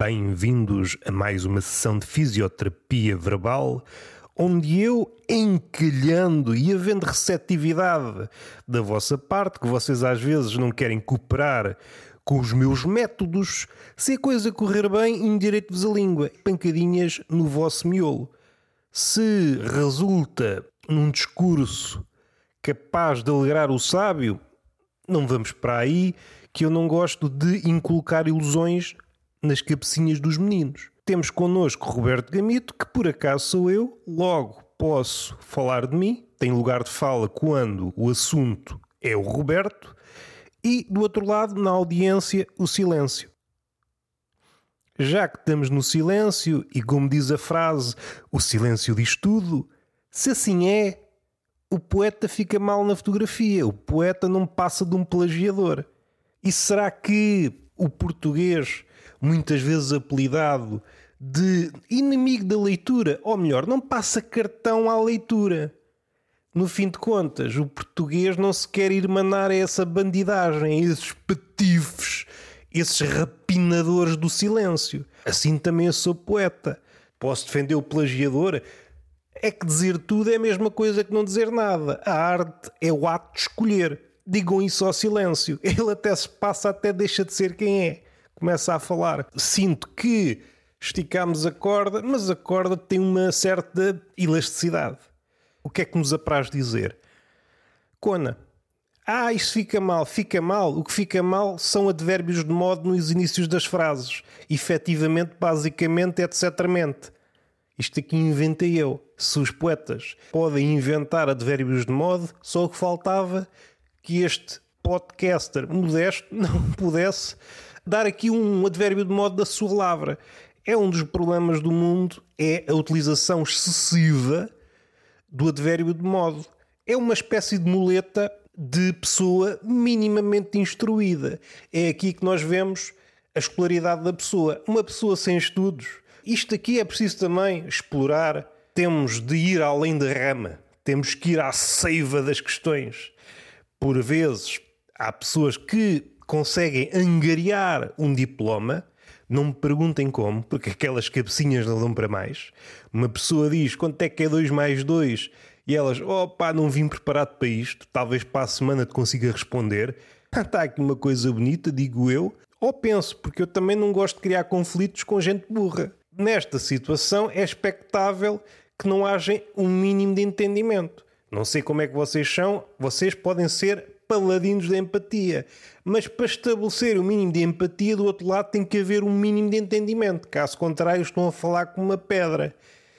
Bem-vindos a mais uma sessão de fisioterapia verbal, onde eu, encalhando e havendo receptividade da vossa parte, que vocês às vezes não querem cooperar com os meus métodos, se a coisa correr bem, endireito-vos a língua, pancadinhas no vosso miolo. Se resulta num discurso capaz de alegrar o sábio, não vamos para aí, que eu não gosto de inculcar ilusões nas cabecinhas dos meninos. Temos connosco Roberto Gamito, que por acaso sou eu, logo posso falar de mim, tem lugar de fala quando o assunto é o Roberto, e do outro lado, na audiência, o silêncio. Já que estamos no silêncio, e como diz a frase, o silêncio diz tudo, se assim é, o poeta fica mal na fotografia, o poeta não passa de um plagiador. E será que o português, muitas vezes apelidado de inimigo da leitura, ou melhor, não passa cartão à leitura? No fim de contas, o português não se quer irmanar a essa bandidagem, a esses patifes, esses rapinadores do silêncio. Assim também eu sou poeta. Posso defender o plagiador? É que dizer tudo é a mesma coisa que não dizer nada. A arte é o ato de escolher. Digam isso ao silêncio. Ele até se passa, até deixa de ser quem é. Começa a falar. Sinto que esticamos a corda, mas a corda tem uma certa elasticidade. O que é que nos apraz dizer? Cona. Isso fica mal. Fica mal. O que fica mal são advérbios de modo nos inícios das frases. Efetivamente, basicamente, etcetamente. Isto aqui inventei eu. Se os poetas podem inventar advérbios de modo, só o que faltava que este podcaster modesto não pudesse dar aqui um advérbio de modo da sua lavra. É um dos problemas do mundo, é a utilização excessiva do advérbio de modo. É uma espécie de muleta de pessoa minimamente instruída. É aqui que nós vemos a escolaridade da pessoa. Uma pessoa sem estudos. Isto aqui é preciso também explorar. Temos de ir além da rama. Temos que ir à seiva das questões. Por vezes, há pessoas que conseguem angariar um diploma. Não me perguntem como, porque aquelas cabecinhas não dão para mais. Uma pessoa diz quanto é que é 2 mais 2 e elas, não vim preparado para isto, talvez para a semana te consiga responder. Está aqui uma coisa bonita, digo eu. Ou penso, porque eu também não gosto de criar conflitos com gente burra. Nesta situação é expectável que não haja um mínimo de entendimento. Não sei como é que vocês são, vocês podem ser paladinos da empatia, mas para estabelecer o mínimo de empatia do outro lado tem que haver um mínimo de entendimento, caso contrário estão a falar com uma pedra.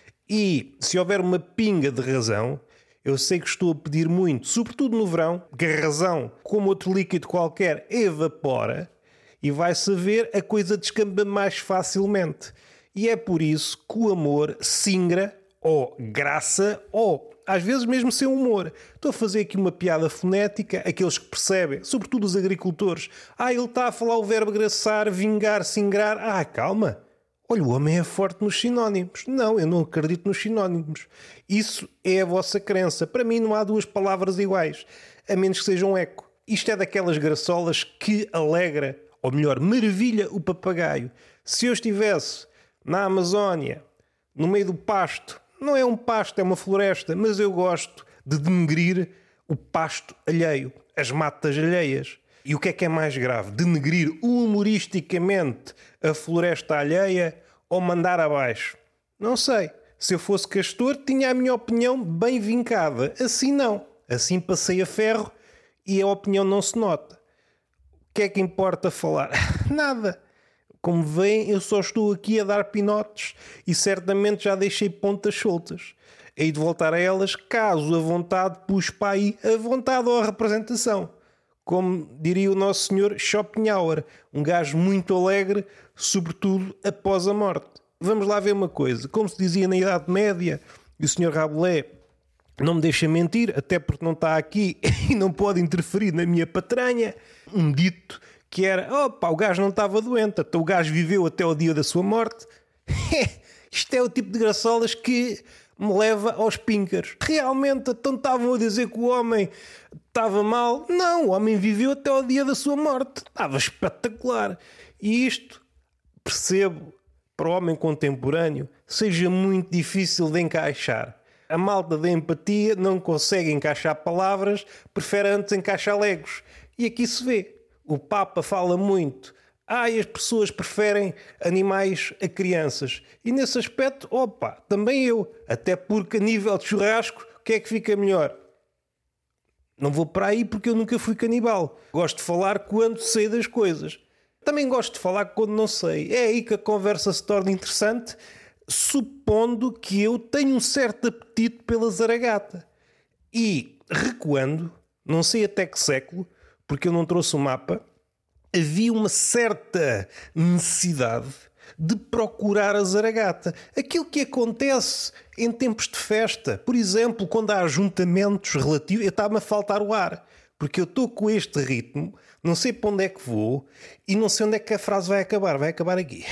E se houver uma pinga de razão, eu sei que estou a pedir muito, sobretudo no verão, que a razão, como outro líquido qualquer, evapora e vai-se ver a coisa descamba mais facilmente. E é por isso que o amor singra, ou graça, ou às vezes mesmo sem humor. Estou a fazer aqui uma piada fonética, aqueles que percebem, sobretudo os agricultores. Ele está a falar o verbo graçar, vingar, singrar. Calma. Olha, o homem é forte nos sinónimos. Não, eu não acredito nos sinónimos. Isso é a vossa crença. Para mim não há duas palavras iguais, a menos que sejam eco. Isto é daquelas graçolas que alegra, ou melhor, maravilha o papagaio. Se eu estivesse na Amazónia, no meio do pasto, não é um pasto, é uma floresta, mas eu gosto de denegrir o pasto alheio, as matas alheias. E o que é mais grave? Denegrir humoristicamente a floresta alheia ou mandar abaixo? Não sei. Se eu fosse castor, tinha a minha opinião bem vincada. Assim não. Assim passei a ferro e a opinião não se nota. O que é que importa falar? Nada. Como veem, eu só estou aqui a dar pinotes e certamente já deixei pontas soltas. Hei de voltar a elas caso a vontade puxe para aí a vontade ou a representação. Como diria o nosso senhor Schopenhauer, um gajo muito alegre, sobretudo após a morte. Vamos lá ver uma coisa. Como se dizia na Idade Média, e o senhor Rabelais não me deixa mentir, até porque não está aqui e não pode interferir na minha patranha, um dito que era, o gajo não estava doente, então o gajo viveu até o dia da sua morte. Isto é o tipo de graçolas que me leva aos píncaros. Realmente, então estavam a dizer que o homem estava mal? Não, o homem viveu até o dia da sua morte. Estava espetacular. E isto percebo, para o homem contemporâneo, seja muito difícil de encaixar. A malta da empatia não consegue encaixar palavras, prefere antes encaixar legos. E aqui se vê. O Papa fala muito. As pessoas preferem animais a crianças. E nesse aspecto, também eu. Até porque a nível de churrasco, o que é que fica melhor? Não vou para aí porque eu nunca fui canibal. Gosto de falar quando sei das coisas. Também gosto de falar quando não sei. É aí que a conversa se torna interessante, supondo que eu tenho um certo apetite pela zaragata. E, recuando, não sei até que século, porque eu não trouxe o mapa, havia uma certa necessidade de procurar a zaragata. Aquilo que acontece em tempos de festa. Por exemplo, quando há ajuntamentos relativos... Eu estava-me a faltar o ar. Porque eu estou com este ritmo, não sei para onde é que vou e não sei onde é que a frase vai acabar. Vai acabar aqui.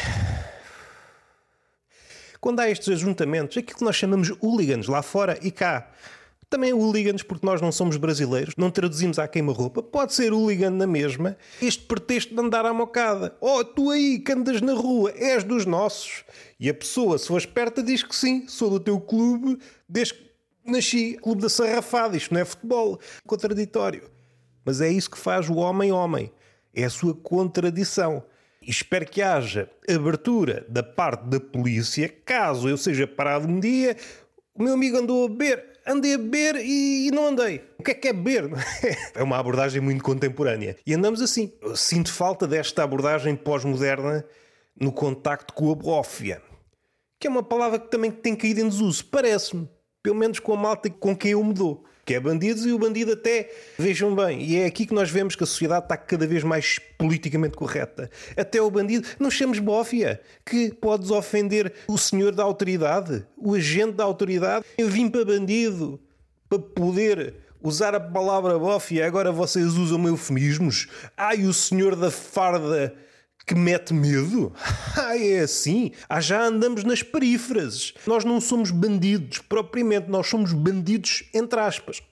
Quando há estes ajuntamentos, aquilo que nós chamamos hooligans lá fora e cá... Também hooligans, porque nós não somos brasileiros, não traduzimos à queima-roupa. Pode ser hooligan na mesma. Este pretexto de andar à mocada. Tu aí que andas na rua, és dos nossos. E a pessoa, se for esperta, diz que sim, sou do teu clube, desde que nasci. Clube da Sarrafada, isto não é futebol. Contraditório. Mas é isso que faz o homem. É a sua contradição. E espero que haja abertura da parte da polícia, caso eu seja parado um dia, o meu amigo andou a beber... Andei a beber e não andei. O que é beber? É uma abordagem muito contemporânea. E andamos assim. Eu sinto falta desta abordagem pós-moderna no contacto com a bófia. Que é uma palavra que também tem caído em desuso. Parece-me. Pelo menos com a malta com quem eu me dou. Que é bandidos e o bandido até, vejam bem, e é aqui que nós vemos que a sociedade está cada vez mais politicamente correta. Até o bandido, não chames bófia, que podes ofender o senhor da autoridade, o agente da autoridade. Eu vim para bandido, para poder usar a palavra bófia, agora vocês usam eufemismos. E o senhor da farda... que mete medo? É assim? Já andamos nas perífrases. Nós não somos bandidos, propriamente. Nós somos bandidos, entre aspas.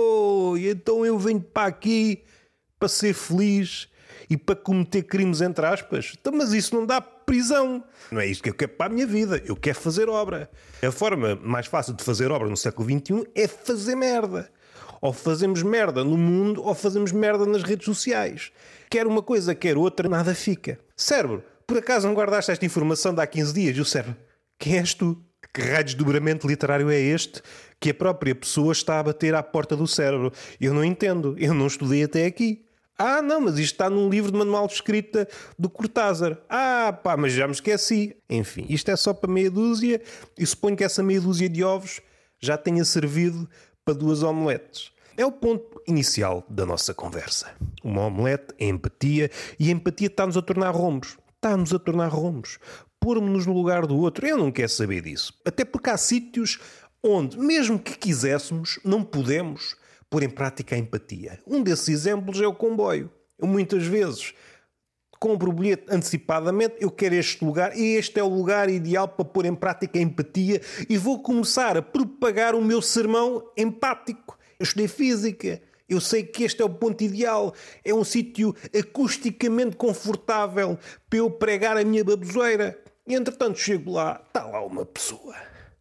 Então eu venho para aqui para ser feliz e para cometer crimes, entre aspas. Mas isso não dá prisão. Não é isto que eu quero para a minha vida. Eu quero fazer obra. A forma mais fácil de fazer obra no século XXI é fazer merda. Ou fazemos merda no mundo ou fazemos merda nas redes sociais. Quer uma coisa, quer outra, nada fica. Cérebro, por acaso não guardaste esta informação de há 15 dias? E o cérebro, quem és tu? Que raio de desdobramento literário é este que a própria pessoa está a bater à porta do cérebro? Eu não entendo, eu não estudei até aqui. Não, mas isto está num livro de manual de escrita do Cortázar. Mas já me esqueci. Enfim, isto é só para meia dúzia e suponho que essa meia dúzia de ovos já tenha servido para 2 omeletes. É o ponto inicial da nossa conversa. Uma omelete é empatia e a empatia está-nos a tornar rombos. Está-nos a tornar rombos. Pôr-nos no lugar do outro. Eu não quero saber disso. Até porque há sítios onde, mesmo que quiséssemos, não podemos pôr em prática a empatia. Um desses exemplos é o comboio. Eu muitas vezes compro o bilhete antecipadamente, eu quero este lugar e este é o lugar ideal para pôr em prática a empatia e vou começar a propagar o meu sermão empático. Eu estudei física, eu sei que este é o ponto ideal, é um sítio acusticamente confortável para eu pregar a minha baboseira. E entretanto chego lá, está lá uma pessoa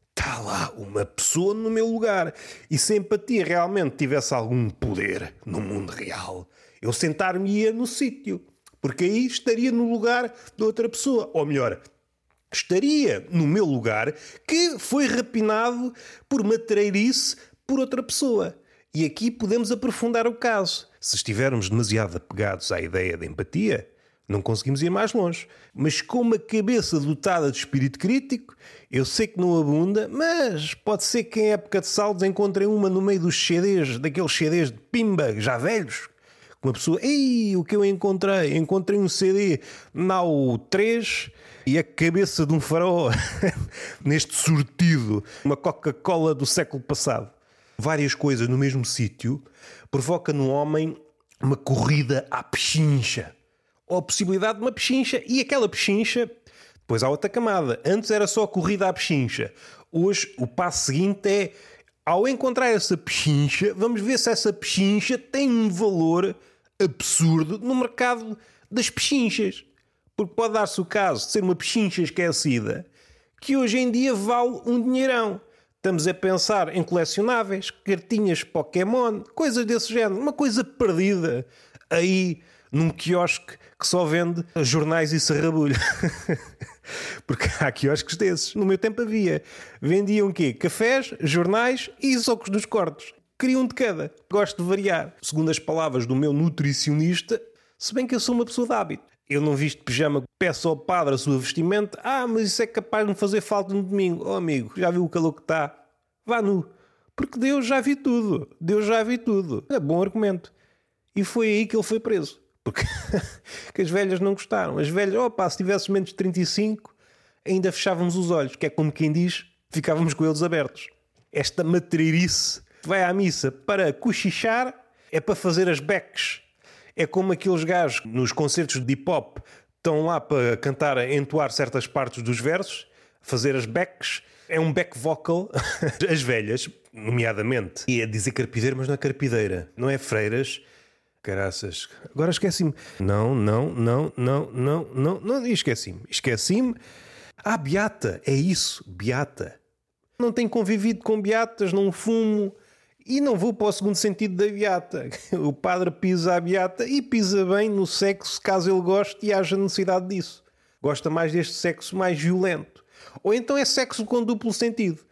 no meu lugar. E se a empatia realmente tivesse algum poder no mundo real, eu sentar-me-ia no sítio, porque aí estaria no lugar de outra pessoa. Ou melhor, estaria no meu lugar que foi rapinado por matreirice por outra pessoa. E aqui podemos aprofundar o caso. Se estivermos demasiado apegados à ideia de empatia, não conseguimos ir mais longe. Mas com uma cabeça dotada de espírito crítico, eu sei que não abunda, mas pode ser que em época de saldos encontrem uma no meio dos CDs, daqueles CDs de pimba, já velhos. Uma pessoa, o que eu encontrei? Encontrei um CD Now 3 e a cabeça de um faraó neste sortido, uma Coca-Cola do século passado. Várias coisas no mesmo sítio provoca no homem uma corrida à pechincha. Ou a possibilidade de uma pechincha. E aquela pechincha, depois há outra camada. Antes era só a corrida à pechincha. Hoje o passo seguinte é, ao encontrar essa pechincha, vamos ver se essa pechincha tem um valor absurdo no mercado das pechinchas. Porque pode dar-se o caso de ser uma pechincha esquecida que hoje em dia vale um dinheirão. Estamos a pensar em colecionáveis, cartinhas Pokémon, coisas desse género. Uma coisa perdida aí num quiosque que só vende jornais e serrabulho. Porque há quiosques desses. No meu tempo havia. Vendiam o quê? Cafés, jornais e socos dos cortes. Queriam de cada. Gosto de variar. Segundo as palavras do meu nutricionista, se bem que eu sou uma pessoa de hábito. Eu não visto pijama, peço ao padre a sua vestimenta. Mas isso é capaz de me fazer falta no domingo. Oh amigo, já viu o calor que está? Vá nu. Porque Deus já viu tudo. Deus já viu tudo. É bom argumento. E foi aí que ele foi preso. Porque que as velhas não gostaram. As velhas, se tivesses menos de 35, ainda fechávamos os olhos. Que é como quem diz, ficávamos com eles abertos. Esta matreirice vai à missa para cochichar, é para fazer as becks. É como aqueles gajos nos concertos de hip-hop estão lá para cantar, entoar certas partes dos versos, fazer as becks. É um back vocal. As velhas, nomeadamente, e é dizer carpideira, mas não é carpideira. Não é freiras. Caraças. Agora esqueci-me. Não. Esqueci-me. Beata. É isso. Beata. Não tenho convivido com beatas, não fumo. E não vou para o segundo sentido da beata. O padre pisa a beata e pisa bem no sexo, caso ele goste e haja necessidade disso. Gosta mais deste sexo mais violento. Ou então é sexo com duplo sentido.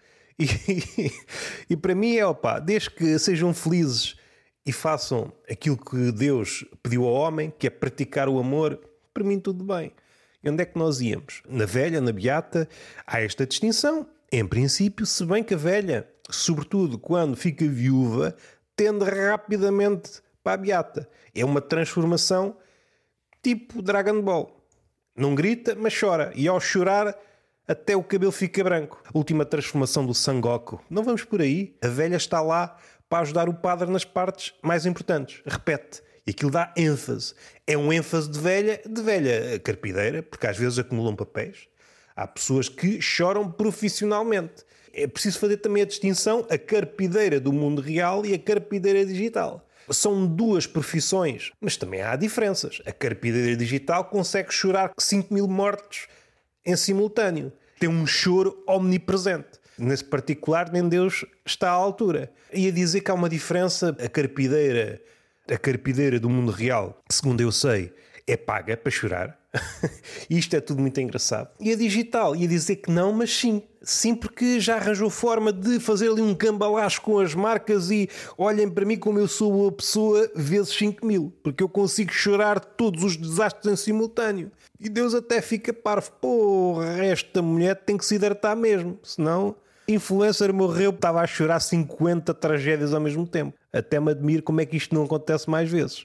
E para mim é, desde que sejam felizes e façam aquilo que Deus pediu ao homem, que é praticar o amor, para mim tudo bem. E onde é que nós íamos? Na velha, na beata, há esta distinção. Em princípio, se bem que a velha, sobretudo quando fica viúva, tende rapidamente para a beata. É uma transformação tipo Dragon Ball. Não grita, mas chora. E ao chorar, até o cabelo fica branco. A última transformação do Sangoku. Não vamos por aí. A velha está lá para ajudar o padre nas partes mais importantes. Repete. E aquilo dá ênfase. É um ênfase de velha carpideira, porque às vezes acumulam papéis. Há pessoas que choram profissionalmente. É preciso fazer também a distinção, a carpideira do mundo real e a carpideira digital. São duas profissões, mas também há diferenças. A carpideira digital consegue chorar 5.000 mortos em simultâneo. Tem um choro omnipresente. Nesse particular, nem Deus está à altura. Ia dizer que há uma diferença. A carpideira do mundo real, segundo eu sei, é paga para chorar. Isto é tudo muito engraçado. E a digital ia dizer que não, mas sim. Sim, porque já arranjou forma de fazer ali um cambalacho com as marcas e olhem para mim como eu sou uma pessoa vezes 5.000. Porque eu consigo chorar todos os desastres em simultâneo. E Deus até fica parvo. Porra, esta mulher tem que se hidratar mesmo. Senão, influencer morreu, estava a chorar 50 tragédias ao mesmo tempo. Até me admiro como é que isto não acontece mais vezes.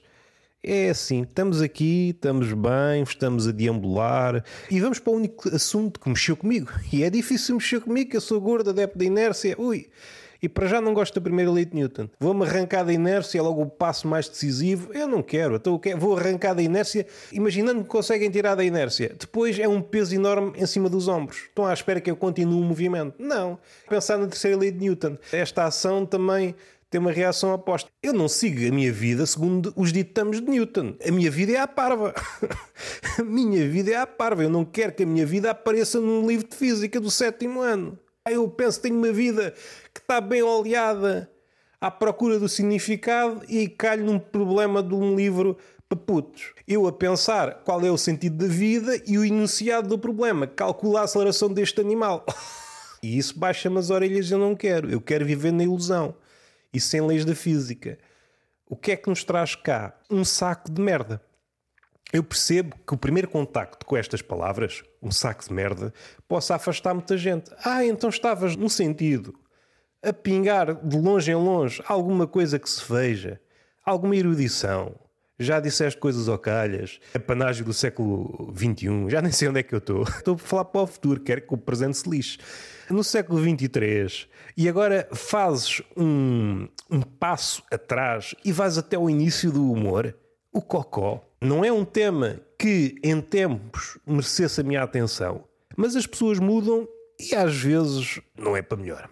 É assim, estamos aqui, estamos bem, estamos a deambular e vamos para o único assunto que mexeu comigo. E é difícil mexer comigo, que eu sou gordo, adepto da inércia. E para já não gosto da primeira lei de Newton. Vou-me arrancar da inércia, é logo o passo mais decisivo. Eu não quero, então vou arrancar da inércia, imaginando que conseguem tirar da inércia. Depois é um peso enorme em cima dos ombros. Estão à espera que eu continue o movimento. Não. Pensar na terceira lei de Newton. Esta ação também tem uma reação oposta. Eu não sigo a minha vida segundo os ditames de Newton. A minha vida é à parva. A minha vida é à parva. Eu não quero que a minha vida apareça num livro de física do 7º ano. Eu penso que tenho uma vida que está bem oleada à procura do significado e calho num problema de um livro para putos. Eu a pensar qual é o sentido da vida e o enunciado do problema. Calcula a aceleração deste animal. E isso baixa-me as orelhas e eu não quero. Eu quero viver na ilusão. E sem leis da física. O que é que nos traz cá? Um saco de merda. Eu percebo que o primeiro contacto com estas palavras, um saco de merda, possa afastar muita gente. Então estavas, no sentido, a pingar de longe em longe alguma coisa que se veja, alguma erudição. Já disseste coisas ao calhas, apanágio do século XXI, já nem sei onde é que eu estou. Estou a falar para o futuro, quero que o presente se lixe. No século XXIII, e agora fazes um passo atrás e vais até o início do humor. O cocó não é um tema que em tempos merecesse a minha atenção, mas as pessoas mudam e às vezes não é para melhor.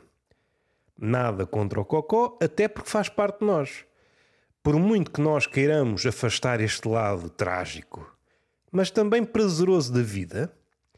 Nada contra o cocó, até porque faz parte de nós. Por muito que nós queiramos afastar este lado trágico, mas também prazeroso da vida,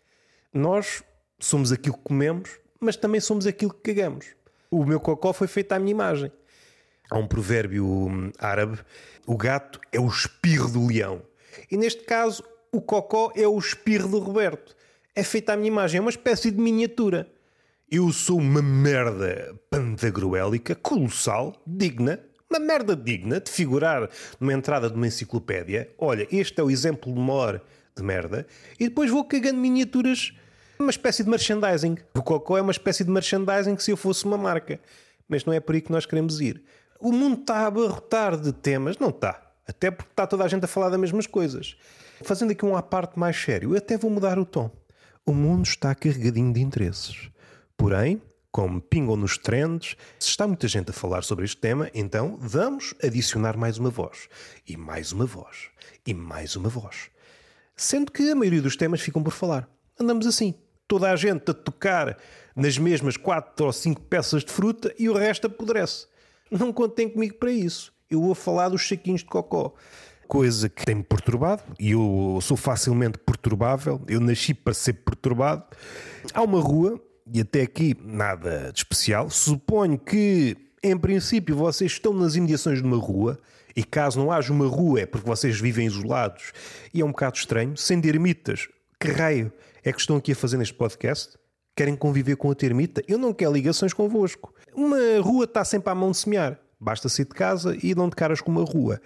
nós somos aquilo que comemos, mas também somos aquilo que cagamos. O meu cocó foi feito à minha imagem. Há um provérbio árabe: o gato é o espirro do leão. E neste caso, o cocó é o espirro do Roberto. É feito à minha imagem, é uma espécie de miniatura. Eu sou uma merda pantagruélica, colossal, digna, uma merda digna de figurar numa entrada de uma enciclopédia. Olha, este é o exemplo maior de merda. E depois vou cagando miniaturas, uma espécie de merchandising. O cocó é uma espécie de merchandising se eu fosse uma marca. Mas não é por aí que nós queremos ir. O mundo está a abarrotar de temas. Não está. Até porque está toda a gente a falar das mesmas coisas. Fazendo aqui um à parte mais sério, eu até vou mudar o tom. O mundo está carregadinho de interesses. Porém, como pingam nos trends, se está muita gente a falar sobre este tema, então vamos adicionar mais uma voz. E mais uma voz. E mais uma voz. Sendo que a maioria dos temas ficam por falar. Andamos assim. Toda a gente a tocar nas mesmas 4 ou 5 peças de fruta e o resto apodrece. Não contem comigo para isso. Eu vou falar dos saquinhos de cocó. Coisa que tem-me perturbado, e eu sou facilmente perturbável. Eu nasci para ser perturbado. Há uma rua, e até aqui nada de especial. Suponho que, em princípio, vocês estão nas imediações de uma rua, e caso não haja uma rua é porque vocês vivem isolados, e é um bocado estranho. Sendo ermitas, que raio é que estão aqui a fazer neste podcast? Querem conviver com a termita? Eu não quero ligações convosco. Uma rua está sempre à mão de semear. Basta sair de casa e dão de caras com uma rua.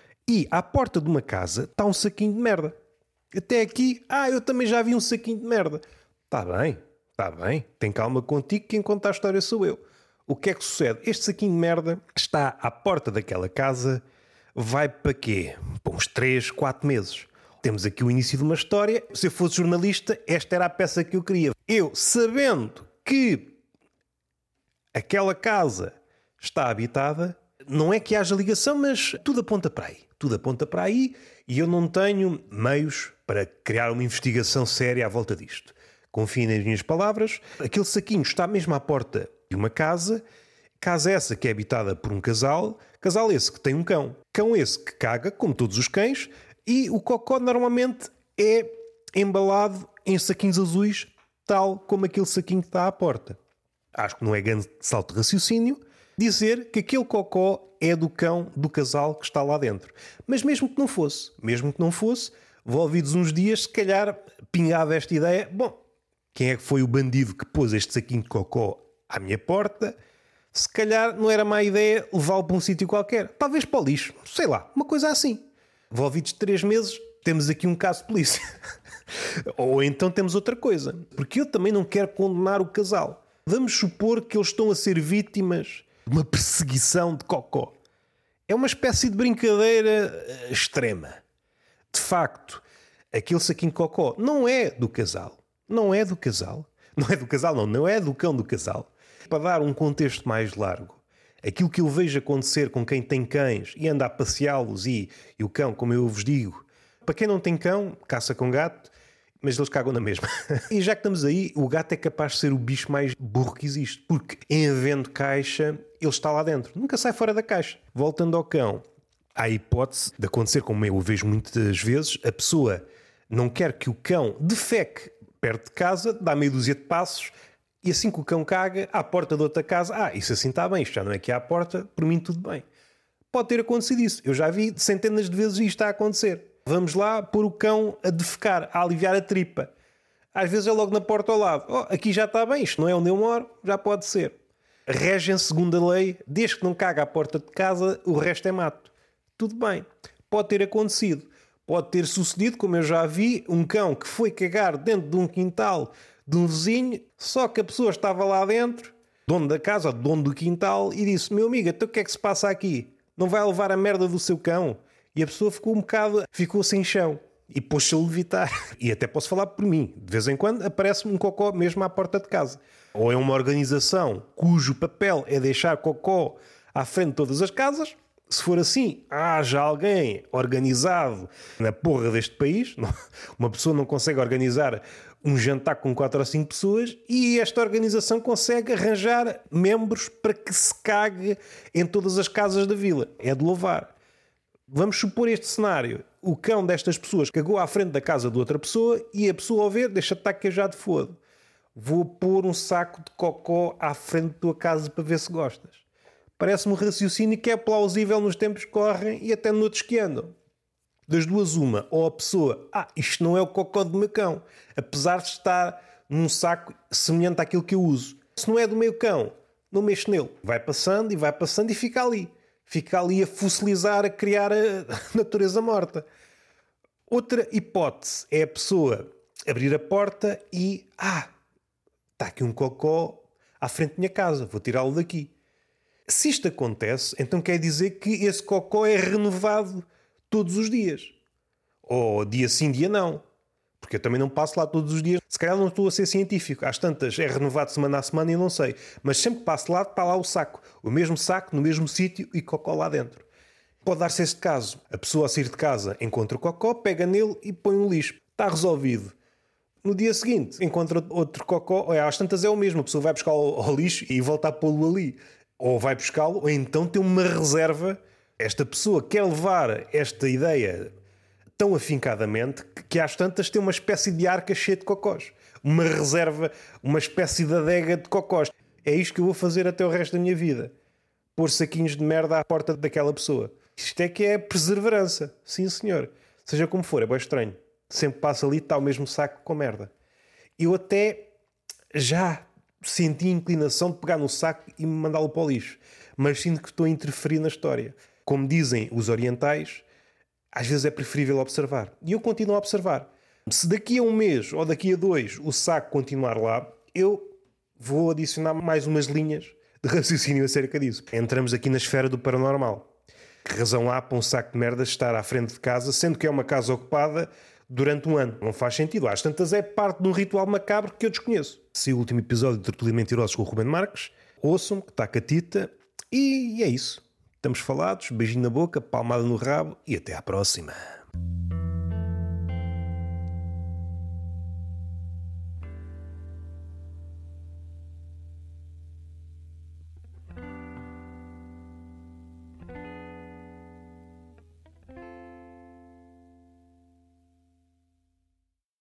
E à porta de uma casa está um saquinho de merda. Até aqui, eu também já vi um saquinho de merda. Está bem. Tem calma contigo, quem conta a história sou eu. O que é que sucede? Este saquinho de merda está à porta daquela casa, vai para quê? Para uns 3, 4 meses. Temos aqui o início de uma história. Se eu fosse jornalista, esta era a peça que eu queria. Eu, sabendo que aquela casa está habitada, não é que haja ligação, mas tudo aponta para aí. Tudo aponta para aí e eu não tenho meios para criar uma investigação séria à volta disto. Confiem nas minhas palavras. Aquele saquinho está mesmo à porta de uma casa. Casa essa que é habitada por um casal. Casal esse que tem um cão. Cão esse que caga, como todos os cães. E o cocó normalmente é embalado em saquinhos azuis, tal como aquele saquinho que está à porta. Acho que não é grande salto de raciocínio dizer que aquele cocó é do cão do casal que está lá dentro. Mas mesmo que não fosse, envolvidos uns dias, se calhar pingava esta ideia. Bom, quem é que foi o bandido que pôs este saquinho de cocó à minha porta? Se calhar não era má ideia levá-lo para um sítio qualquer. Talvez para o lixo. Sei lá, uma coisa assim. Envolvidos 3 meses, temos aqui um caso de polícia. Ou então temos outra coisa. Porque eu também não quero condenar o casal. Vamos supor que eles estão a ser vítimas de uma perseguição de cocó. É uma espécie de brincadeira extrema. De facto, aquele saquinho de cocó não é do casal. Não é do cão do casal. Para dar um contexto mais largo, aquilo que eu vejo acontecer com quem tem cães e anda a passeá-los e o cão, como eu vos digo, para quem não tem cão, caça com gato, mas eles cagam na mesma. E já que estamos aí, o gato é capaz de ser o bicho mais burro que existe, porque em havendo caixa, ele está lá dentro, nunca sai fora da caixa. Voltando ao cão, há a hipótese de acontecer, como eu vejo muitas vezes, a pessoa não quer que o cão defeque perto de casa, dá meia dúzia de passos, e assim que o cão caga, à porta de outra casa, isso assim está bem, isto já não é aqui à porta, por mim tudo bem. Pode ter acontecido isso. Eu já vi centenas de vezes isto a acontecer. Vamos lá pôr o cão a defecar, a aliviar a tripa. Às vezes é logo na porta ao lado. Aqui já está bem, isto não é onde eu moro, já pode ser. Regem segundo a lei, desde que não caga à porta de casa, o resto é mato. Tudo bem. Pode ter acontecido. Pode ter sucedido, como eu já vi, um cão que foi cagar dentro de um quintal de um vizinho, só que a pessoa estava lá dentro, dono da casa, dono do quintal, e disse: meu amigo, então o que é que se passa aqui? Não vai levar a merda do seu cão? E a pessoa ficou sem chão e pôs-se a levitar. E até posso falar por mim, de vez em quando aparece-me um cocó mesmo à porta de casa. Ou é uma organização cujo papel é deixar cocó à frente de todas as casas. Se for assim, haja alguém organizado na porra deste país. Uma pessoa não consegue organizar um jantar com 4 ou 5 pessoas e esta organização consegue arranjar membros para que se cague em todas as casas da vila. É de louvar. Vamos supor este cenário. o cão destas pessoas cagou à frente da casa de outra pessoa e a pessoa ao ver, deixa-te estar que eu já te fodo. Vou pôr um saco de cocó à frente da tua casa para ver se gostas. Parece-me um raciocínio que é plausível nos tempos que correm e até noutros que andam. Das duas uma, ou a pessoa, isto não é o cocó do meu cão, apesar de estar num saco semelhante àquilo que eu uso. Se não é do meu cão, não mexo nele. Vai passando e fica ali. Fica ali a fossilizar, a criar a natureza morta. Outra hipótese é a pessoa abrir a porta e... está aqui um cocó à frente da minha casa, vou tirá-lo daqui. Se isto acontece, então quer dizer que esse cocó é renovado todos os dias. Ou dia sim, dia não. Porque eu também não passo lá todos os dias. Se calhar não estou a ser científico. Às tantas é renovado semana a semana e eu não sei. Mas sempre que passo lá, está lá o saco. O mesmo saco, no mesmo sítio e cocó lá dentro. Pode dar-se este caso. A pessoa a sair de casa encontra o cocó, pega nele e põe no lixo. Está resolvido. No dia seguinte encontra outro cocó. Às tantas é o mesmo. A pessoa vai buscar ao lixo e volta a pô-lo ali. Ou vai buscá-lo, ou então tem uma reserva. Esta pessoa quer levar esta ideia tão afincadamente que às tantas tem uma espécie de arca cheia de cocós. Uma reserva, uma espécie de adega de cocós. É isto que eu vou fazer até o resto da minha vida. Pôr saquinhos de merda à porta daquela pessoa. Isto é que é perseverança. Sim, senhor. Seja como for, é bem estranho. Sempre passa ali, está o mesmo saco com merda. Eu até já senti a inclinação de pegar no saco e me mandá-lo para o lixo. Mas sinto que estou a interferir na história. Como dizem os orientais, às vezes é preferível observar. E eu continuo a observar. Se daqui a um mês ou daqui a 2 o saco continuar lá, eu vou adicionar mais umas linhas de raciocínio acerca disso. Entramos aqui na esfera do paranormal. Que razão há para um saco de merda estar à frente de casa, sendo que é uma casa ocupada durante um ano? Não faz sentido. Às tantas é parte de um ritual macabro que eu desconheço. Se o último episódio de Tertulia Mentirosos com o Ruben Marques, ouçam-me, que está catita. E é isso. Estamos falados, beijinho na boca, palmada no rabo e até à próxima.